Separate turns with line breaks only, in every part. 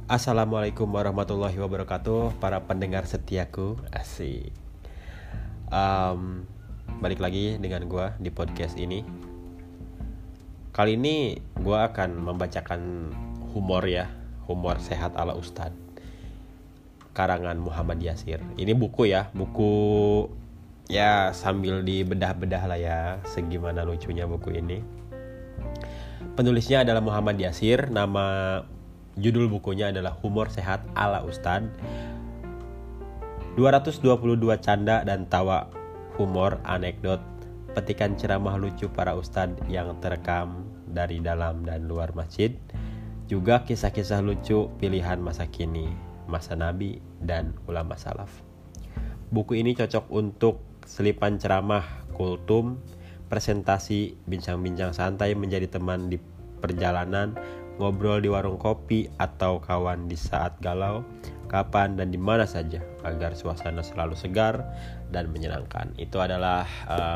Assalamualaikum warahmatullahi wabarakatuh, para pendengar setiaku. Asik. Balik lagi dengan gue di podcast ini. Kali ini gue akan membacakan humor sehat ala Ustadz, karangan Muhammad Yasir. Ini buku ya, sambil dibedah-bedah lah ya, segimana lucunya buku ini. Penulisnya adalah Muhammad Yasir. Judul bukunya adalah Humor Sehat ala Ustadz. 222 canda dan tawa, humor, anekdot, petikan ceramah lucu para ustadz yang terekam dari dalam dan luar masjid. Juga kisah-kisah lucu pilihan masa kini, masa Nabi, dan ulama salaf. Buku ini cocok untuk selipan ceramah, kultum, presentasi, bincang-bincang santai menjadi teman di perjalanan, ngobrol di warung kopi, atau kawan di saat galau, kapan dan di mana saja, agar suasana selalu segar dan menyenangkan. Itu adalah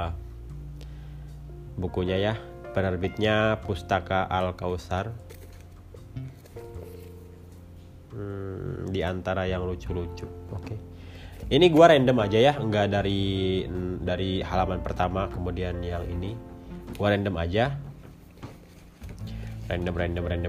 bukunya ya. Penerbitnya Pustaka Al-Kautsar. Di antara yang lucu-lucu. Oke. Ini gua random aja ya, enggak dari halaman pertama kemudian yang ini. Gua random aja. Random.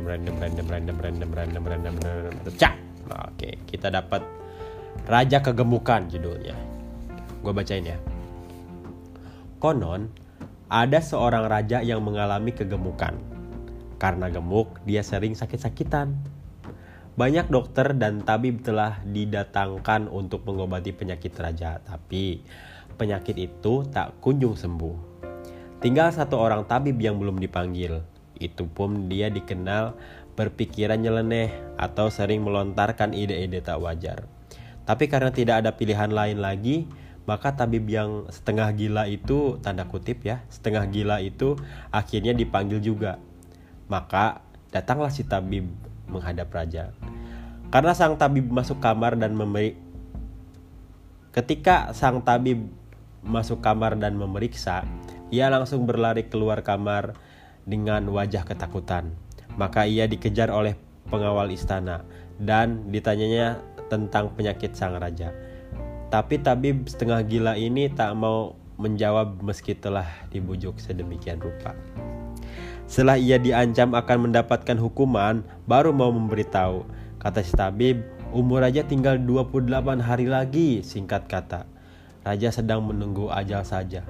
Cak. Oke, kita dapat Raja Kegemukan judulnya. Gue bacain ya. Konon, ada seorang raja yang mengalami kegemukan. Karena gemuk, dia sering sakit-sakitan. Banyak dokter dan tabib telah didatangkan untuk mengobati penyakit raja, tapi penyakit itu tak kunjung sembuh. Tinggal satu orang tabib yang belum dipanggil. Itu pun dia dikenal berpikiran nyeleneh atau sering melontarkan ide-ide tak wajar. Tapi karena tidak ada pilihan lain lagi, maka tabib yang setengah gila itu, tanda kutip ya, setengah gila itu akhirnya dipanggil juga. Maka datanglah si tabib menghadap raja. Karena sang tabib masuk kamar dan Ketika sang tabib masuk kamar dan memeriksa, ia langsung berlari keluar kamar dengan wajah ketakutan. Maka ia dikejar oleh pengawal istana dan ditanyanya tentang penyakit sang raja. Tapi tabib setengah gila ini tak mau menjawab meski telah dibujuk sedemikian rupa. Setelah ia diancam akan mendapatkan hukuman, baru mau memberitahu. Kata si tabib, umur raja tinggal 28 hari lagi, singkat kata. Raja sedang menunggu ajal saja.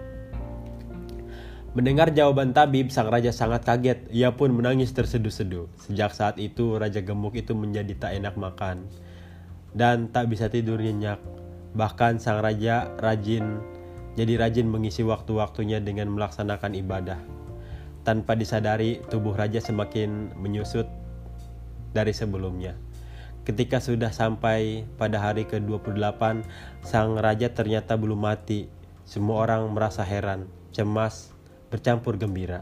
Mendengar jawaban tabib, sang raja sangat kaget. Ia pun menangis terseduh-seduh. Sejak saat itu, raja gemuk itu menjadi tak enak makan dan tak bisa tidur nyenyak. Bahkan sang raja rajin mengisi waktu-waktunya dengan melaksanakan ibadah. Tanpa disadari, tubuh raja semakin menyusut dari sebelumnya. Ketika sudah sampai pada hari ke-28, sang raja ternyata belum mati. Semua orang merasa heran, cemas, bercampur gembira.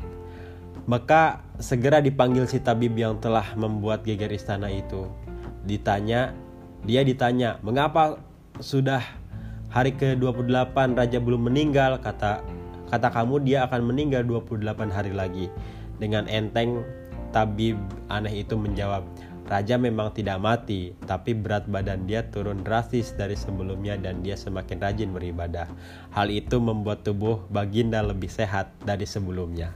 Maka segera dipanggil si tabib yang telah membuat geger istana itu. Dia ditanya, mengapa sudah hari ke-28 raja belum meninggal? Kata kamu dia akan meninggal 28 hari lagi. Dengan enteng tabib aneh itu menjawab, raja memang tidak mati, tapi berat badan dia turun drastis dari sebelumnya dan dia semakin rajin beribadah. Hal itu membuat tubuh baginda lebih sehat dari sebelumnya.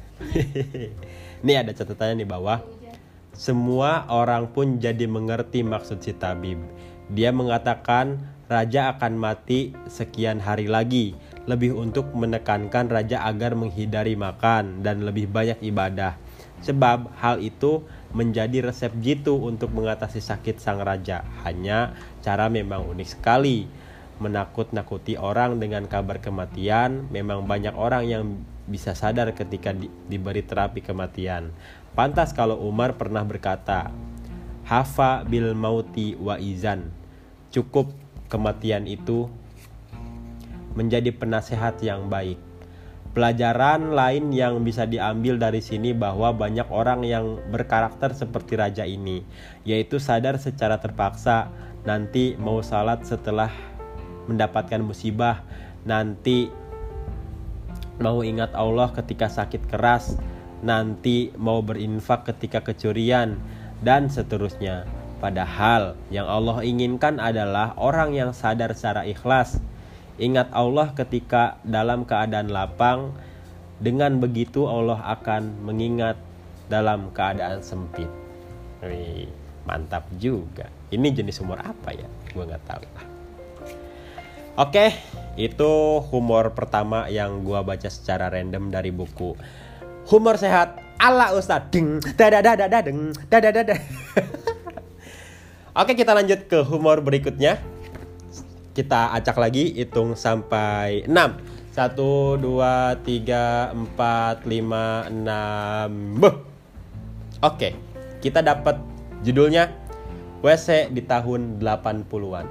Ini ada catatannya di bawah. Semua orang pun jadi mengerti maksud si tabib. Dia mengatakan raja akan mati sekian hari lagi, lebih untuk menekankan raja agar menghindari makan dan lebih banyak ibadah. Sebab hal itu menjadi resep jitu untuk mengatasi sakit sang raja. Hanya cara memang unik sekali. Menakut-nakuti orang dengan kabar kematian. Memang banyak orang yang bisa sadar ketika diberi terapi kematian. Pantas kalau Umar pernah berkata, Hafa bil mauti wa izan. Cukup kematian itu menjadi penasehat yang baik. Pelajaran lain yang bisa diambil dari sini bahwa banyak orang yang berkarakter seperti raja ini, yaitu sadar secara terpaksa nanti mau salat setelah mendapatkan musibah, nanti mau ingat Allah ketika sakit keras, nanti mau berinfak ketika kecurian, dan seterusnya. Padahal yang Allah inginkan adalah orang yang sadar secara ikhlas. Ingat Allah ketika dalam keadaan lapang. Dengan begitu Allah akan mengingat dalam keadaan sempit. Wih, mantap juga. Ini jenis humor apa ya? Gue gak tahu. Oke, itu humor pertama yang gue baca secara random dari buku Humor Sehat ala Ustadz. Ding, dadadadadadeng, dadadadada. Oke, kita lanjut ke humor berikutnya. Kita acak lagi, hitung sampai 6. 1, 2, 3, 4, 5, 6. Oke, kita dapat judulnya WC di tahun 80-an.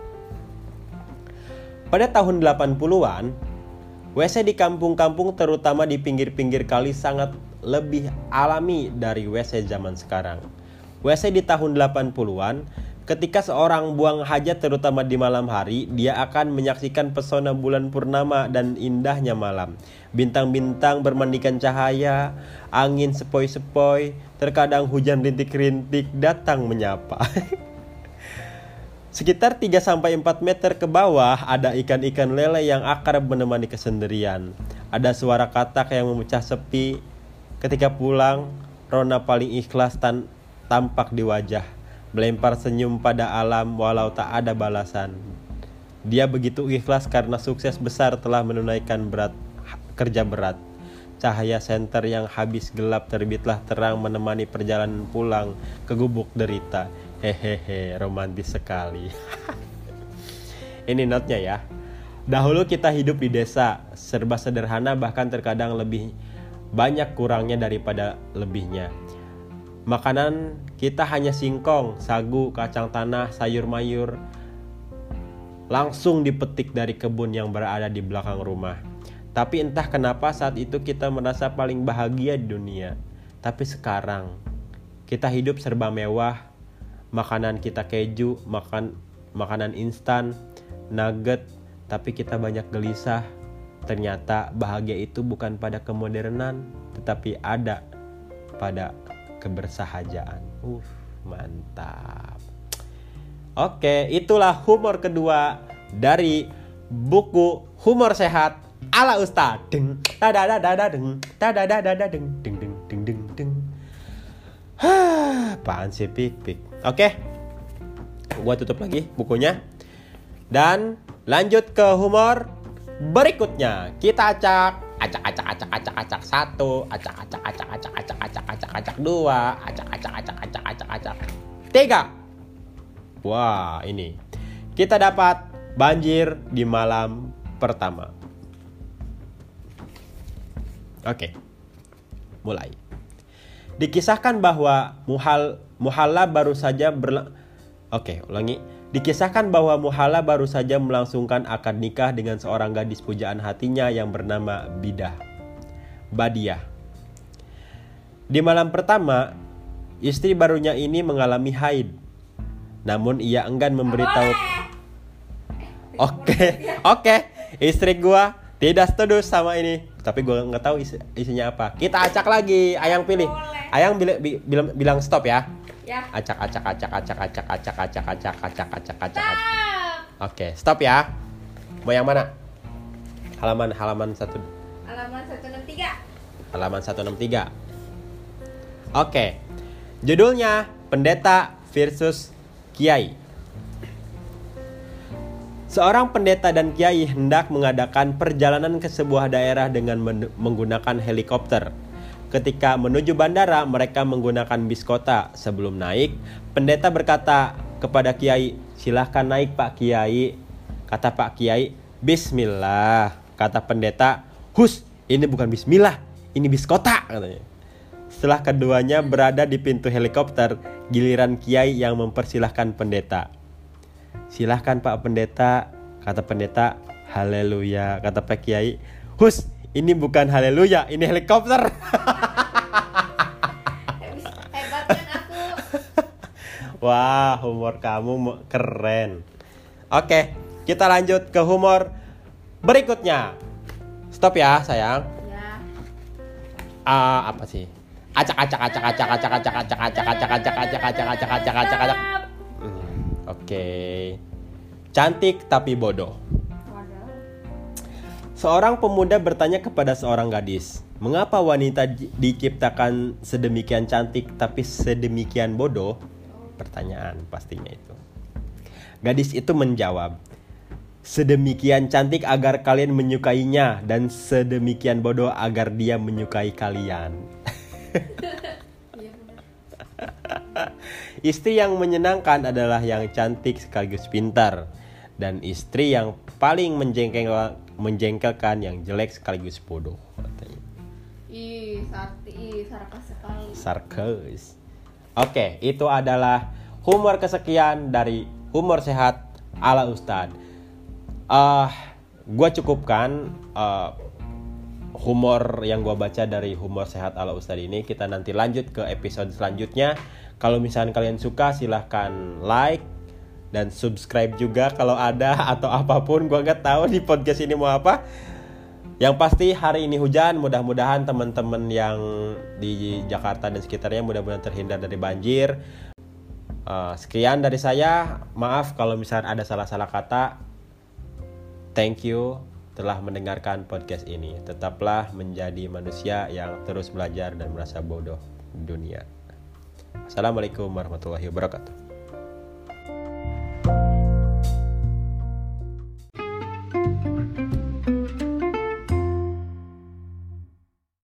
Pada tahun 80-an, WC di kampung-kampung terutama di pinggir-pinggir kali sangat lebih alami dari WC zaman sekarang. WC di tahun 80-an, ketika seorang buang hajat terutama di malam hari, dia akan menyaksikan pesona bulan purnama dan indahnya malam. Bintang-bintang bermandikan cahaya, angin sepoi-sepoi, terkadang hujan rintik-rintik datang menyapa. Sekitar 3-4 meter ke bawah ada ikan-ikan lele yang akrab menemani kesendirian. Ada suara katak yang memecah sepi. Ketika pulang, Rona paling ikhlas tampak di wajah. Melempar senyum pada alam walau tak ada balasan. Dia begitu ikhlas karena sukses besar telah menunaikan kerja berat. Cahaya senter yang habis gelap terbitlah terang menemani perjalanan pulang ke gubuk derita. Hehehe, romantis sekali. Ini notnya ya. Dahulu kita hidup di desa, serba sederhana bahkan terkadang lebih banyak kurangnya daripada lebihnya. Makanan kita hanya singkong, sagu, kacang tanah, sayur mayur langsung dipetik dari kebun yang berada di belakang rumah. Tapi entah kenapa saat itu kita merasa paling bahagia di dunia. Tapi sekarang kita hidup serba mewah. Makanan kita keju, makanan instan, nugget, tapi kita banyak gelisah. Ternyata bahagia itu bukan pada kemodernan, tetapi ada pada kebersahajaan. Mantap. Oke, itulah humor kedua dari buku Humor Sehat ala Ustadz. Deng, dadadadadadeng, dadadadadadeng, deng, deng, deng, deng, deng. Apaan sih pik. Oke, gua tutup lagi bukunya dan lanjut ke humor berikutnya. Kita acak 1, acak 2, acak 3. Wah, ini kita dapat banjir di malam pertama. Oke, mulai. Dikisahkan bahwa Muhalla baru saja Dikisahkan bahwa Muhalla baru saja melangsungkan akad nikah dengan seorang gadis pujaan hatinya yang bernama Badiah. Di malam pertama, istri barunya ini mengalami haid. Namun ia enggan memberitahu. Oke, istri gua tidak setuju sama ini. Tapi gua nggak tahu isinya apa. Kita acak lagi. Ayang pilih. Ayang bilang stop ya. Ya. Acak. Oke, stop ya. Mau yang mana? Halaman 1.
Halaman 163.
Halaman 163. Oke. Judulnya Pendeta versus Kiai. Seorang pendeta dan kiai hendak mengadakan perjalanan ke sebuah daerah dengan menggunakan helikopter. Ketika menuju bandara, mereka menggunakan bis kota. Sebelum naik, pendeta berkata kepada kiai, "Silahkan naik Pak Kiai." Kata Pak Kiai, "Bismillah." Kata pendeta, "Hus, ini bukan bismillah, ini bis kota," katanya. Setelah keduanya berada di pintu helikopter, giliran kiai yang mempersilahkan pendeta. "Silahkan Pak Pendeta," kata pendeta. "Haleluya," kata Pak Kiai. "Hus, ini bukan haleluya, ini helikopter."
Hebat kan aku.
Wah, humor kamu keren. Oke, kita lanjut ke humor berikutnya. Stop ya, sayang.
Ya.
Apa sih? Acak. Oke. Cantik tapi bodoh.
Waduh.
Seorang pemuda bertanya kepada seorang gadis, "Mengapa wanita diciptakan sedemikian cantik tapi sedemikian bodoh?" Pertanyaan pastinya itu. Gadis itu menjawab, "Sedemikian cantik agar kalian menyukainya dan sedemikian bodoh agar dia menyukai kalian."
Iya benar.
Istri yang menyenangkan adalah yang cantik sekaligus pintar, dan istri yang paling menjengkelkan yang jelek sekaligus bodoh, katanya.
Sarkas sekali.
Sarkas. Oke, itu adalah humor kesekian dari Humor Sehat ala Ustadz. Gue cukupkan humor yang gue baca dari Humor Sehat ala Ustadz ini. Kita nanti lanjut ke episode selanjutnya. Kalau misalnya kalian suka, silahkan like dan subscribe juga kalau ada, atau apapun. Gue gak tahu di podcast ini mau apa. Yang pasti hari ini hujan. Mudah-mudahan teman-teman yang di Jakarta dan sekitarnya mudah-mudahan terhindar dari banjir. Sekian dari saya. Maaf kalau misalnya ada salah-salah kata. Thank you telah mendengarkan podcast ini. Tetaplah menjadi manusia yang terus belajar dan merasa bodoh dunia. Assalamualaikum warahmatullahi wabarakatuh.